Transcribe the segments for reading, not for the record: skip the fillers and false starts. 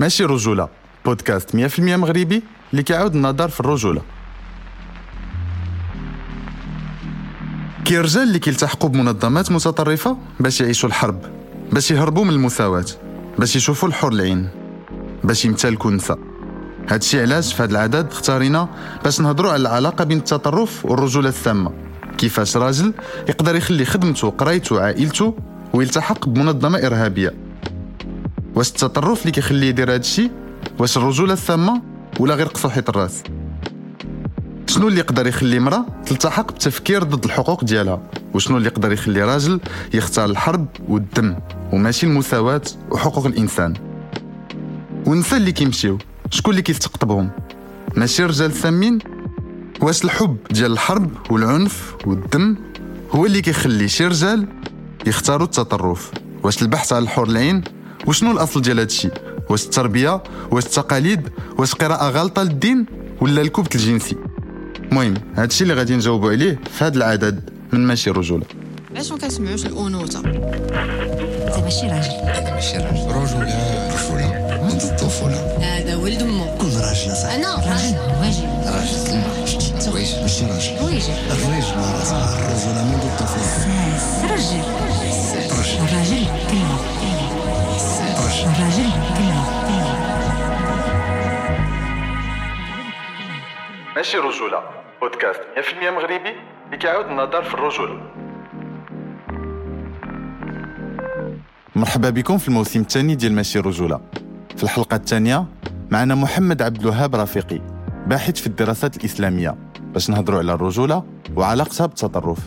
ماشي رجولة، بودكاست 100% مغربي اللي كيعاود النظر في الرجولة. كي رجال اللي كيلتحقوا بمنظمات متطرفة باش يعيشوا الحرب، باش يهربوا من المساواة، باش يشوفوا الحور العين، باش يمتلكوا النساء. هادشي علاش في هاد العدد اختارينا باش نهضروا على العلاقة بين التطرف والرجولة السامة. كيفاش راجل يقدر يخلي خدمته وقرايته وعائلته ويلتحق بمنظمة إرهابية. واش التطرف اللي كيخليه يدير هادشي؟ واش الرجولة السامة ولا غير قصوحية الراس؟ شنو اللي يقدر يخلي امرأة تلتحق بتفكير ضد الحقوق ديالها؟ وشنو اللي يقدر يخلي راجل يختار الحرب والدم وماشي المساواة وحقوق الإنسان؟ والنساء اللي كيمشيو شكون اللي كيستقطبهم؟ ماشي رجال سامين؟ واش الحب ديال الحرب والعنف والدم هو اللي كيخلي شي رجال يختاروا التطرف؟ واش البحث على الحور العين؟ وشنو الأصل ديال هادشي؟ واش التربية؟ واش التقاليد؟ واش قراءة غلطة للدين؟ ولا الكبت الجنسي؟ المهم هادشي اللي غادي نجاوبوا عليه في هذا العدد من ماشي رجولة. علاش ما كنسمعوش الأنوثة؟ انت ماشي راجل. انا ماشي راجل. رجولة منذ الطفولة. هذا ولد امه. كل راجل صح. انا راجل واجب. راجل ماشي راجل. واجب. الرجل الرجولة منذ الطفولة. راجل. الراجل كلمة. الراجل كلمة. ماشي رجولة، بودكاست 100% مغربي اللي كيعاود النظر في الرجولة. مرحبا بكم في الموسم الثاني ديال ماشي رجولة. في الحلقة الثانية معنا محمد عبد الوهاب رفيقي، باحث في الدراسات الإسلامية، باش نهضروا على الرجولة وعلاقتها بالتطرف.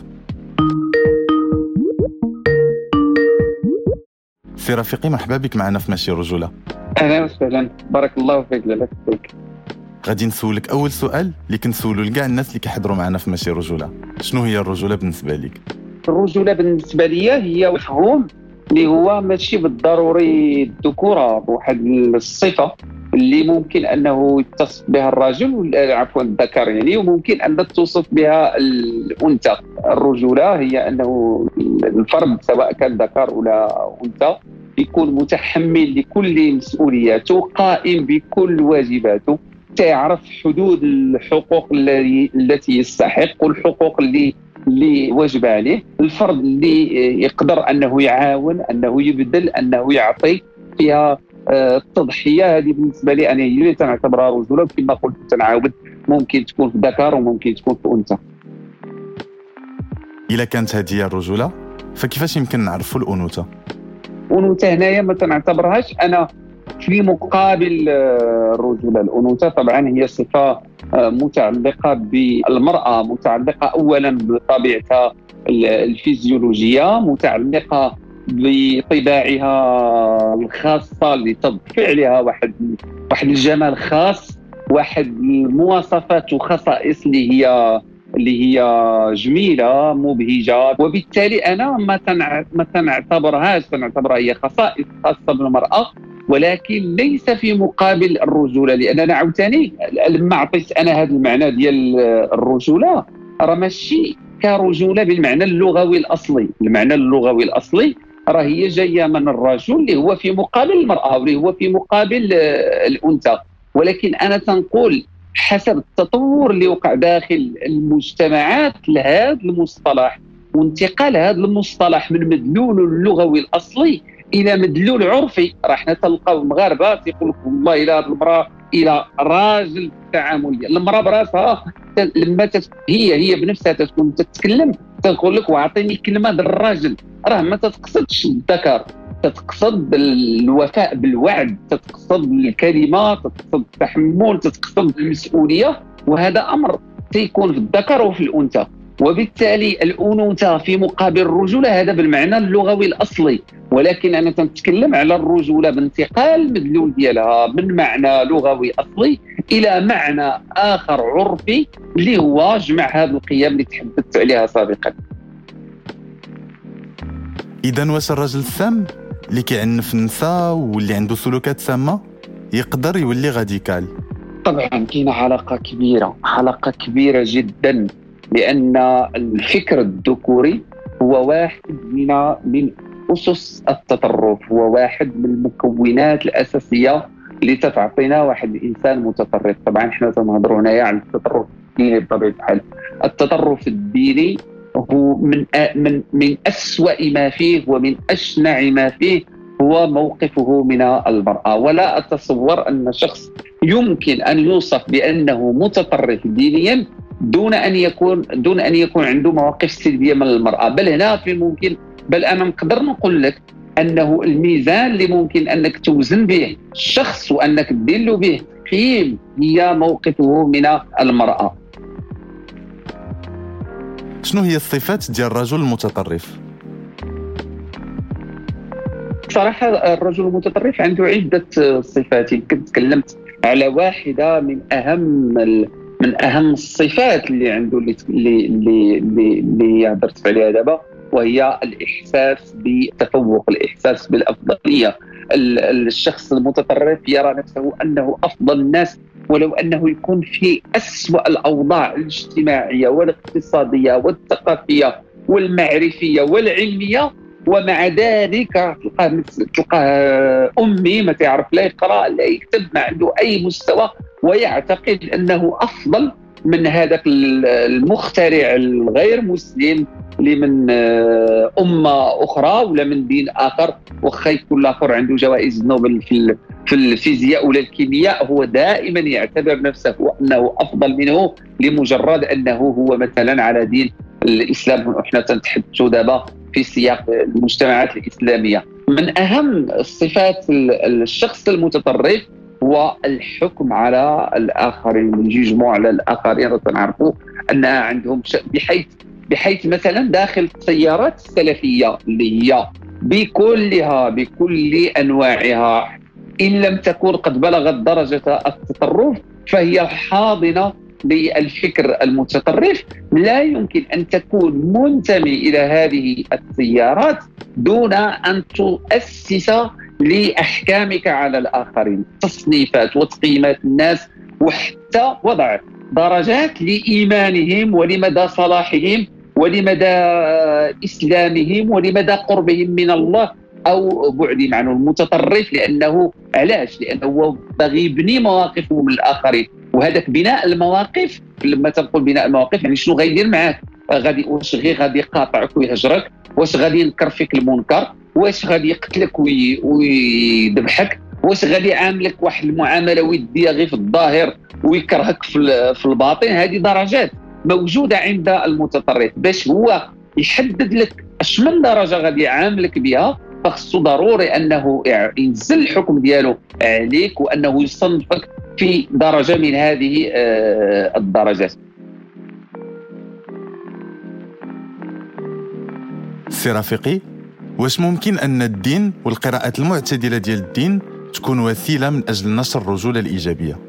سي رفيقي، مرحبا بك معنا في ماشي رجولة. أهلا وسهلا، بارك الله فيك. لا فيك. غادي نسولك أول سؤال اللي كنسولو لكاع الناس اللي كيحضروا معنا في ماشي رجولة. شنو هي الرجولة بالنسبة لك؟ الرجولة بالنسبة لي هي مفهوم اللي هو ماشي بالضروري الذكورة، بواحد الصفة اللي ممكن أنه يتصف بها الرجل عفوا الذكر يعني، وممكن أن توصف بها الأنثى. الرجولة هي أنه الفرد سواء كان ذكر ولا أنثى يكون متحمل لكل مسؤولياته، قائم بكل واجباته، تعرف حدود الحقوق التي يستحق والحقوق اللي واجب عليه. الفرد اللي يقدر أنه يعاون، أنه يبذل، أنه يعطي فيها التضحية. هذه بالنسبة لي أنا هي اللي تنعتبرها رجولة. كما قلت تنعاود، ممكن تكون في ذكر وممكن تكون في أنثى. إلا كانت هذه الرجولة فكيفاش يمكن نعرفوا الأنوثة؟ الأنوثة هنايا ما تنعتبرهاش أنا في مقابل الرجولة. الأنوثة طبعا هي صفة متعلقة بالمرأة، متعلقة أولا بطبيعتها الفيزيولوجية، متعلقة بطباعها الخاصة اللي تضفي عليها واحد الجمال خاص، واحد المواصفات وخصائص اللي هي جميلة مبهجة. وبالتالي أنا ما تنعتبرها هي خصائص خاصة بالمرأة، ولكن ليس في مقابل الرجولة. لأن أنا عاوتاني لما عطيت أنا هذا المعنى ديال الرجولة راه ماشي كرجولة بالمعنى اللغوي الأصلي. المعنى اللغوي الأصلي راه هي جاية من الرجل اللي هو في مقابل المرأة واللي هو في مقابل الأنثى. ولكن أنا تنقول حسب التطور اللي وقع داخل المجتمعات لهذا المصطلح، وانتقال هذا المصطلح من مدلوله اللغوي الأصلي الى مدلول عرفي. راح نتلقاو المغاربه تيقول لك والله الى هذه المراه الى راجل التعامل ديال المراه براسها. لما هي بنفسها تكون تتكلم تقول لك واعطيني كلمه ديال الراجل، راه ما تتقصدش الذكر، تتقصد الوفاء بالوعد، تتقصد الكلمه، تتقصد التحمل، تتقصد المسؤوليه. وهذا امر سيكون في الذكر وفي الانثى. وبالتالي الأنوثة في مقابل الرجولة هذا بالمعنى اللغوي الأصلي. ولكن أنا تنتكلم على الرجولة بانتقال المدلول ديالها من معنى لغوي أصلي إلى معنى آخر عرفي اللي هو جمع هذه القيم اللي تحدثت عليها سابقا. إذن واش الرجل السام اللي كيعنف النساء واللي عنده سلوكات سامة يقدر يولي غاديكال؟ طبعا كاينة علاقة كبيرة جدا، لأن الفكر الذكوري هو واحد من أسس التطرف، هو واحد من المكونات الأساسية لتعطينا واحد الانسان متطرف. طبعا احنا تنهضروا هنايا عن التطرف الديني بطبيعه الحال. التطرف الديني هو من أسوأ ما فيه ومن أشنع ما فيه هو موقفه من المرأة. ولا أتصور أن شخص يمكن أن يوصف بأنه متطرف دينيا دون أن يكون عنده مواقف سلبية من المرأة. بل هنا في ممكن، بل أنا نقدر نقول لك أنه الميزان اللي ممكن أنك توزن به الشخص وأنك تدير له به تقييم هي موقفه من المرأة. شنو هي الصفات ديال الرجل المتطرف؟ صراحة الرجل المتطرف عنده عدة صفات. يمكن تكلمت على واحدة من أهم الصفات اللي عنده اللي هضرت عليها دابا، وهي الإحساس بالتفوق، الإحساس بالأفضلية. الشخص المتطرف يرى نفسه أنه أفضل الناس ولو أنه يكون في أسوأ الأوضاع الاجتماعية والاقتصادية والثقافية والمعرفية والعلمية، ومع ذلك تلقاه أمي ما تعرف لا يقرأ لا يكتب، ما عنده أي مستوى، ويعتقد أنه أفضل من هذاك المخترع الغير مسلم اللي من أمة أخرى ولا من دين آخر. وخا يكون الآخر عنده جوائز نوبل في الفيزياء ولا الكيمياء، هو دائما يعتبر نفسه أنه أفضل منه لمجرد أنه هو مثلا على دين الإسلام. ونحن تنتحدث دابا في سياق المجتمعات الإسلامية. من أهم الصفات الشخص المتطرف هو الحكم على الآخرين، الجيجمون على الآخرين. تنعرفوا أنها عندهم بحيث مثلا داخل السيارات السلفية اللي هي بكل أنواعها إن لم تكن قد بلغت درجة التطرف فهي الحاضنة للفكر المتطرف. لا يمكن أن تكون منتمي إلى هذه التيارات دون أن تؤسس لأحكامك على الآخرين، تصنيفات وتقييمات الناس، وحتى وضع درجات لإيمانهم ولمدى صلاحهم ولمدى إسلامهم ولمدى قربهم من الله أو بعدهم عنه. المتطرف لأنه علاش؟ لأنه باغي يبني مواقفه من الآخرين، وهذاك بناء المواقف. لما تنقول بناء المواقف يعني شنو غيدير معاك؟ واش غادي يقاطعك ويهجرك؟ واش غادي ينكر فيك المنكر؟ واش غادي يقتلك ويذبحك؟ واش غادي يعاملك واحد المعامله وديه غير في الظاهر ويكرهك في الباطن؟ هذه درجات موجوده عند المتطرف. باش هو يحدد لك اش من درجه غادي يعاملك بها، فخصو ضروري انه ينزل الحكم ديالو عليك وانه يصنفك في درجه من هذه الدرجات. سي رفيقي، واش ممكن ان الدين والقراءات المعتدله ديال الدين تكون وسيله من اجل نشر الرجوله الايجابيه؟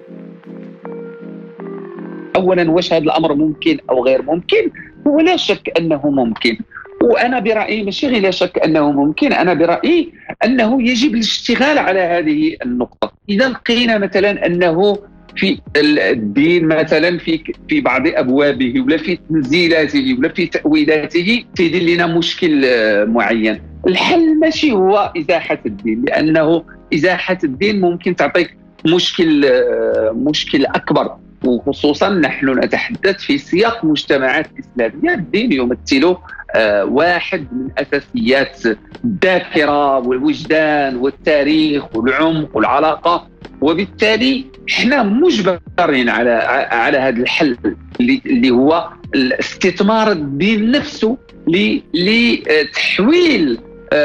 اولا، واش هذا الامر ممكن او غير ممكن؟ ولا شك انه ممكن. وانا برايي ماشي غير لا شك انه ممكن، انا برايي انه يجب الاشتغال على هذه النقطه. اذا لقينا مثلا انه في الدين مثلا في بعض ابوابه ولا في تنزيلاته ولا في تاويلاته تيدير لنا مشكل معين، الحل ماشي هو ازاحه الدين، لانه ازاحه الدين ممكن تعطيك مشكل اكبر. وخصوصا نحن نتحدث في سياق مجتمعات إسلامية. الدين يمثل واحد من أساسيات الذاكرة والوجدان والتاريخ والعمق والعلاقة، وبالتالي احنا مجبرين على هذا الحل اللي هو استثمار الدين نفسه لتحويل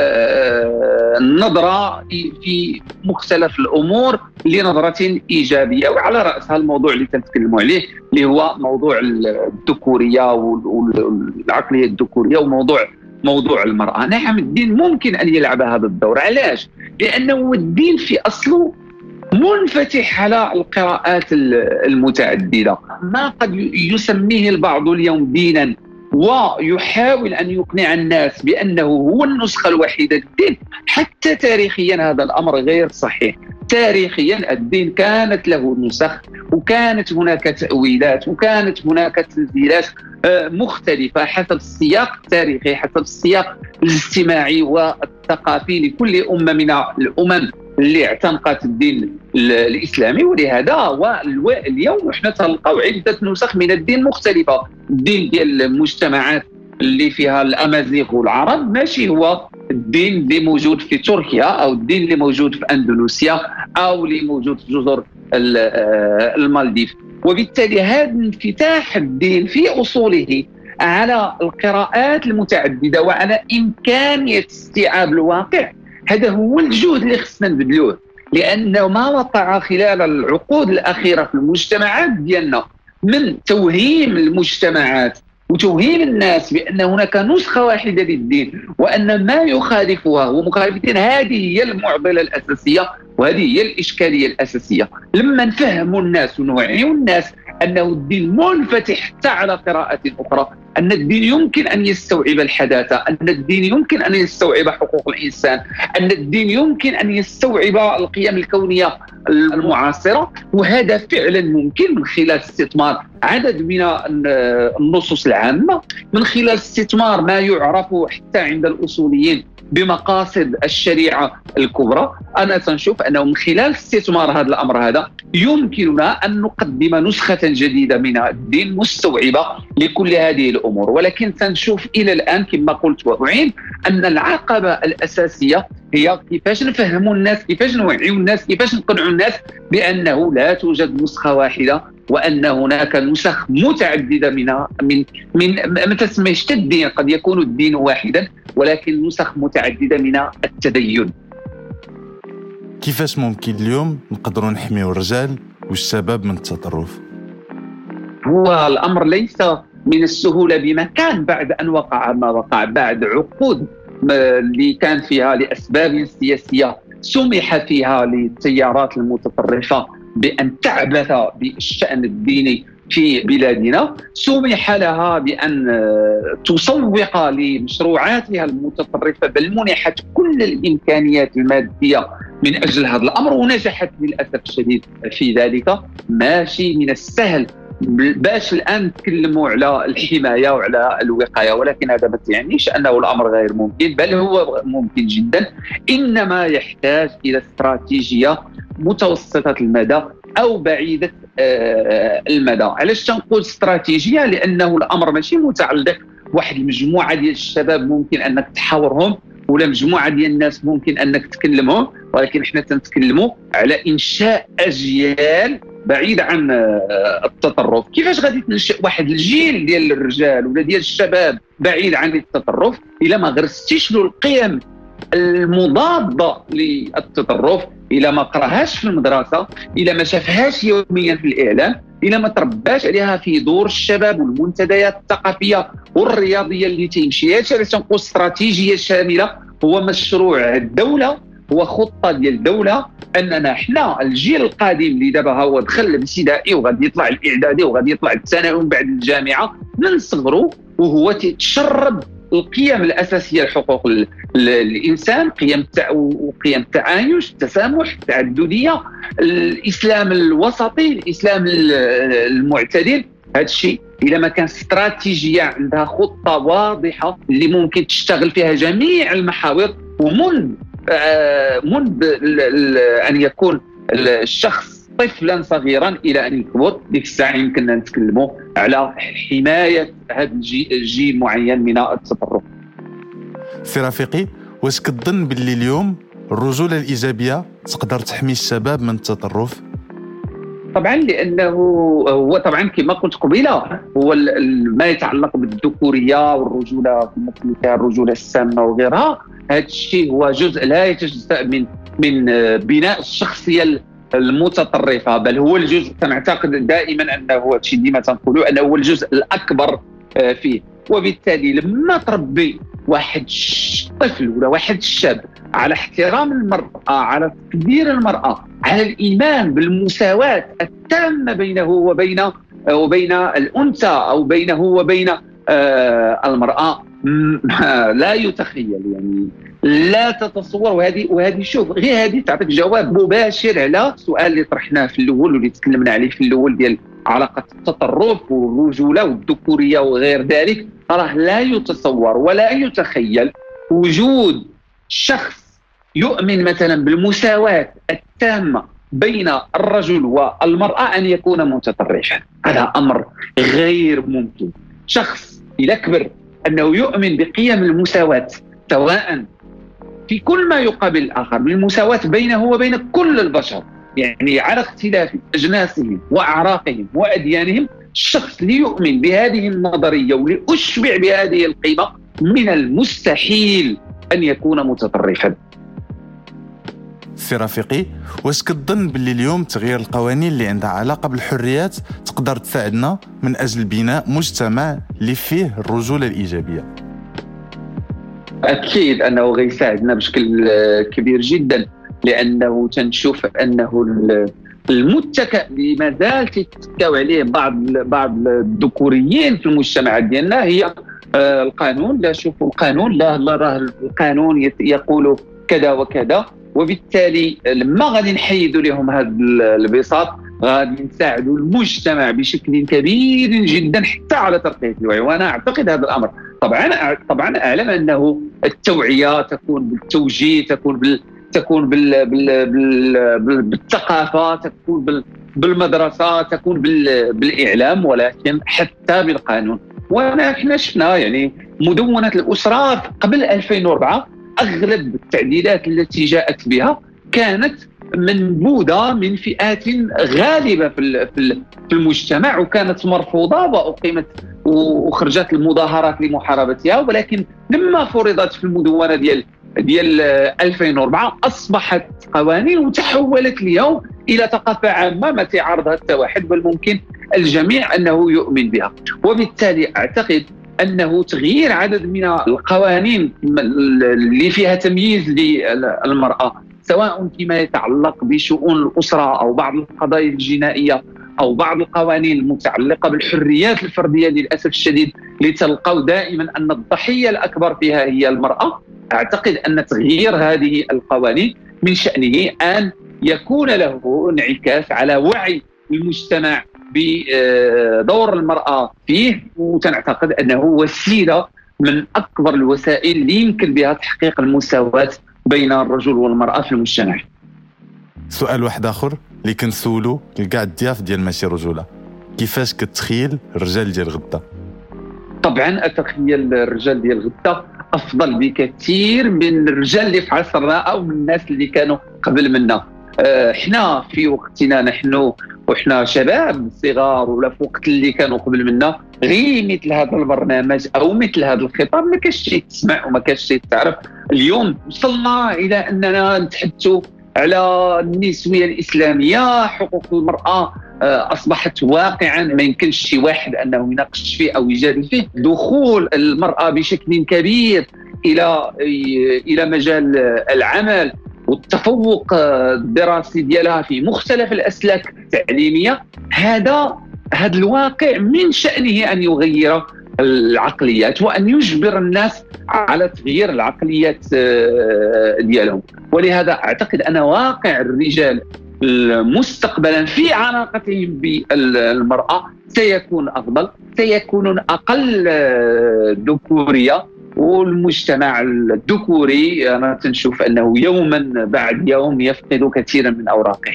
النظرة في مختلف الأمور لنظرة إيجابية. وعلى رأسها الموضوع اللي تنتكلموا عليه اللي هو موضوع الذكورية والعقلية الذكورية وموضوع المرأة. نعم، الدين ممكن أن يلعب هذا الدور. علاش؟ لأنه الدين في أصله منفتح على القراءات المتعددة. ما قد يسميه البعض اليوم دينا ويحاول أن يقنع الناس بأنه هو النسخة الوحيدة للدين، حتى تاريخيا هذا الأمر غير صحيح. تاريخيا الدين كانت له نسخ، وكانت هناك تأويلات، وكانت هناك تنزيلات مختلفة حسب السياق التاريخي، حسب السياق الاجتماعي والثقافي لكل أمة من الأمم اللي اعتنقت الدين الاسلامي. ولهذا اليوم حنا تلقاو عده نسخ من الدين مختلفه. الدين ديال المجتمعات اللي فيها الامازيغ والعرب ماشي هو الدين اللي موجود في تركيا او الدين اللي موجود في اندونيسيا او اللي موجود في جزر المالديف. وبالتالي هذا انفتاح الدين في اصوله على القراءات المتعدده وعلى امكانيه استيعاب الواقع، هذا هو الجهد اللي خصنا نبذلوه. لانه ما وقع خلال العقود الاخيره في المجتمعات ديالنا من توهيم المجتمعات وتوهيم الناس بأن هناك نسخة واحدة للدين وأن ما يخالفها ومخالفتين، هذه هي المعضلة الأساسية وهذه هي الإشكالية الأساسية. لما نفهم الناس ونوعي الناس أنه الدين منفتح حتى على قراءة أخرى، أن الدين يمكن أن يستوعب الحداثة، أن الدين يمكن أن يستوعب حقوق الإنسان، أن الدين يمكن أن يستوعب القيم الكونية المعاصرة، وهذا فعلا ممكن من خلال استثمار عدد من النصوص العامة، من خلال استثمار ما يعرف حتى عند الأصوليين بمقاصد الشريعة الكبرى. أنا سنشوف أنه من خلال استثمار هذا الأمر هذا يمكننا أن نقدم نسخة جديدة من الدين مستوعبة لكل هذه الأمور. ولكن سنشوف إلى الآن كما قلت وأعيد أن العقبة الأساسية هي كيفاش نفهموا الناس، كيفاش نوعيوا الناس، كيفاش نقنعوا الناس بأنه لا توجد نسخة واحدة وأن هناك نسخ متعددة من ما تسميش الدين. قد يكون الدين واحدا ولكن نسخ متعددة من التدين. كيفاش ممكن اليوم نقدروا نحميوا الرجال والشباب من التطرف؟ هو الأمر ليس من السهولة بمكان بعد أن وقع ما وقع، بعد عقود اللي كان فيها لأسباب سياسية سمح فيها للتيارات المتطرفة بأن تعبث بالشأن الديني في بلادنا، سمح لها بأن تسوق لمشروعاتها المتطرفة، بل منحت كل الإمكانيات المادية من أجل هذا الأمر ونجحت للأسف الشديد في ذلك. ماشي من السهل باش الآن نتكلموا على الحماية وعلى الوقاية، ولكن هذا ما يعنيش أنه الأمر غير ممكن، بل هو ممكن جدا. إنما يحتاج إلى استراتيجية متوسطة المدى أو بعيدة المدى. علاش تنقول استراتيجية؟ لأنه الأمر ماشي متعلق واحد المجموعة ديال الشباب ممكن أنك تحاورهم ولا مجموعة ديال الناس ممكن أنك تكلمهم، ولكن إحنا تنتكلموا على إنشاء أجيال بعيد عن التطرف. كيفاش غادي تنشئ واحد الجيل ديال الرجال ولا ديال الشباب بعيد عن التطرف إلا ما غرستيش له القيم المضادة للتطرف، إلا ما قراهاش في المدرسة، إلا ما شافهاش يوميا في الإعلام، إلا ما ترباش عليها في دور الشباب والمنتديات الثقافية والرياضية اللي تيمشيهاش. على تنقول استراتيجية شاملة هو مشروع الدولة، هو خطة ديال الدولة أننا احنا الجيل القادم اللي دابا هو دخل الابتدائي وغادي يطلع الإعدادي وغادي يطلع الثانوي بعد الجامعة، من صغره وهو تيتشرب القيم الأساسية لحقوق الإنسان، قيم التعايش، التسامح، التعددية، الإسلام الوسطي، الإسلام المعتدل. هذا الشيء إذا ما كان استراتيجية عندها خطة واضحة اللي ممكن تشتغل فيها جميع المحاور، ومنذ أن يكون الشخص طفلا صغيرا إلى أن يكبر، ديك الساعة يمكننا نتكلموا على حماية هذا الجيل معين من التطرف. سي رفيقي، واش كتظن باللي اليوم الرجولة الإيجابية تقدر تحمي الشباب من التطرف؟ طبعا، لأنه هو طبعا كما قلت قبيله هو ما يتعلق بالذكورية والرجولة مثل الرجولة السامة وغيرها، هذا الشيء هو جزء لا يتجزأ من بناء الشخصية المتطرفة، بل هو الجزء، نعتقد دائما أنه هو الشيء ديما تنقولوا أنه هو الجزء الأكبر فيه. وبالتالي لما تربي واحد طفل ولا واحد شاب على احترام المرأة، على تقدير المرأة، على الإيمان بالمساواة التامة بينه وبين الأنثى أو بينه وبين المرأة، لا يتخيل، يعني لا تتصور. وهذه شوف غير هذه تعطيك جواب مباشر على السؤال اللي طرحناه في الأول واللي تكلمنا عليه في الأول ديال علاقة التطرف والرجولة والذكورية وغير ذلك. راه لا يتصور ولا يتخيل وجود شخص يؤمن مثلا بالمساواة التامة بين الرجل والمرأة أن يكون متطرفا. هذا أمر غير ممكن. شخص يكبر أنه يؤمن بقيم المساواة سواء في كل ما يقابل الآخر، من المساواة بينه وبين كل البشر، يعني على اختلاف أجناسهم وأعراقهم وأديانهم. الشخص اللي يؤمن بهذه النظرية واللي أشبع بهذه القيمة من المستحيل أن يكون متطرفا. سي رفيقي، واش كتظن باللي اليوم تغيير القوانين اللي عندها علاقة بالحريات تقدر تساعدنا من أجل بناء مجتمع اللي فيه الرجولة الإيجابية؟ أكيد أنه غيساعدنا بشكل كبير جدا، لأنه تنشوف أنه المتكأ اللي ما زال تتكاو عليه بعض الذكوريين في المجتمع ديالنا هي القانون. لا شوفوا القانون، لا راه القانون يقول كذا وكذا، وبالتالي لما غادي نحيدوا لهم هذا البساط غادي نساعدوا المجتمع بشكل كبير جدا حتى على ترقية الوعي. وانا اعتقد هذا الامر طبعا اعلم انه التوعية تكون بالتوجيه، تكون بالثقافة، تكون بالمدرسة، تكون بالاعلام، ولكن حتى بالقانون. ونحن شفنا يعني مدونة الأسرة قبل 2004 أغلب التعديلات التي جاءت بها كانت منبوذة من فئات غالبة في المجتمع، وكانت مرفوضة وأقيمت وخرجت المظاهرات لمحاربتها. ولكن لما فرضت في المدونة ديال 2004 أصبحت قوانين وتحولت اليوم إلى ثقافة عامة متى عرضها التوحد، بل ممكن الجميع أنه يؤمن بها. وبالتالي أعتقد أنه تغيير عدد من القوانين اللي فيها تمييز للمرأة، سواء فيما يتعلق بشؤون الأسرة أو بعض القضايا الجنائية أو بعض القوانين المتعلقة بالحريات الفردية، للأسف الشديد لتلقوا دائما أن الضحية الأكبر فيها هي المرأة. أعتقد أن تغيير هذه القوانين من شأنه أن يكون له انعكاس على وعي المجتمع بدور المرأة فيه، وتنعتقد أنه وسيلة من أكبر الوسائل اللي يمكن بها تحقيق المساواة بين الرجل والمرأة في المجتمع. سؤال واحد آخر اللي كنسولو لكاع الضياف ديال ماشي رجولة، كيفاش كتخيل الرجال ديال غدا؟ طبعا أتخيل الرجال ديال غدا أفضل بكثير من الرجال اللي في عصرنا أو من الناس اللي كانوا قبل منا. احنا في وقتنا نحن وإحنا شباب صغار، ولا في وقت اللي كانوا قبل منا، غير مثل هذا البرنامج أو مثل هذا الخطاب ما كاش شي تسمع وما كاش شي تعرف. اليوم وصلنا إلى أننا نتحدثوا على النسوية الإسلامية، حقوق المرأة أصبحت واقعا ما يمكنش شي واحد أنه يناقش فيه أو يجادل فيه. دخول المرأة بشكل كبير إلى مجال العمل والتفوق الدراسي ديالها في مختلف الأسلاك التعليمية، هذا الواقع من شأنه أن يغير العقليات وأن يجبر الناس على تغيير العقليات ديالهم. ولهذا أعتقد أن واقع الرجال مستقبلا في علاقتهم بالمرأة سيكون أفضل، سيكون أقل ذكورية، والمجتمع الذكوري أنا تنشوف أنه يوما بعد يوم يفقد كثيرا من أوراقه.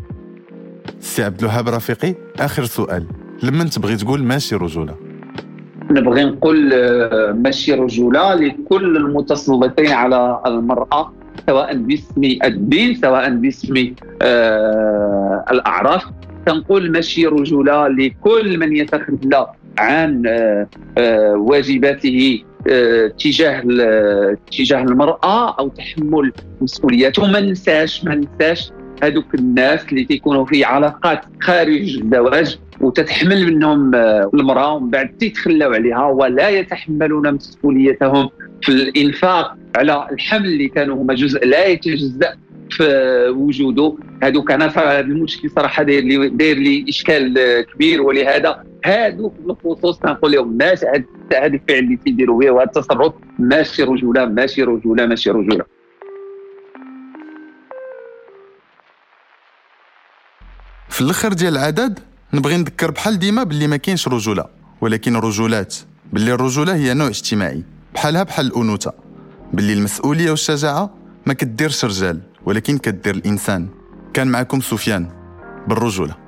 سي عبد الوهاب رفيقي، آخر سؤال، لما تبغي تقول ماشي رجولة؟ نبغي نقول ماشي رجولة لكل المتسلطين على المرأة، سواء باسم الدين سواء باسم الأعراف. تنقول ماشي رجولة لكل من يتخلى عن واجباته تجاه المرأة أو تحمل مسؤولياته. ما ننساش هذوك الناس اللي تيكونوا في علاقات خارج الزواج وتتحمل منهم المرأة ومن بعد تتخلوا عليها ولا يتحملون مسؤوليتهم في الإنفاق على الحمل اللي كانوا هما جزء لا يتجزأ في وجوده. هذوك أنا هذا المشكل صراحة داير لي إشكال كبير، ولهذا هذوك بالخصوص نقول لهم ماشي هذا الفعل اللي تيديروا به وهذا التصرف ماشي رجولة ماشي رجولة ماشي رجولة. في الاخر ديال العدد نبغي نذكر بحال ديما باللي ما كاينش رجوله، ولكن رجولات، باللي الرجوله هي نوع اجتماعي بحال الانوثه، باللي المسؤوليه والشجاعه ما كديرش رجال ولكن كدير الإنسان. كان معكم سفيان بالرجولة.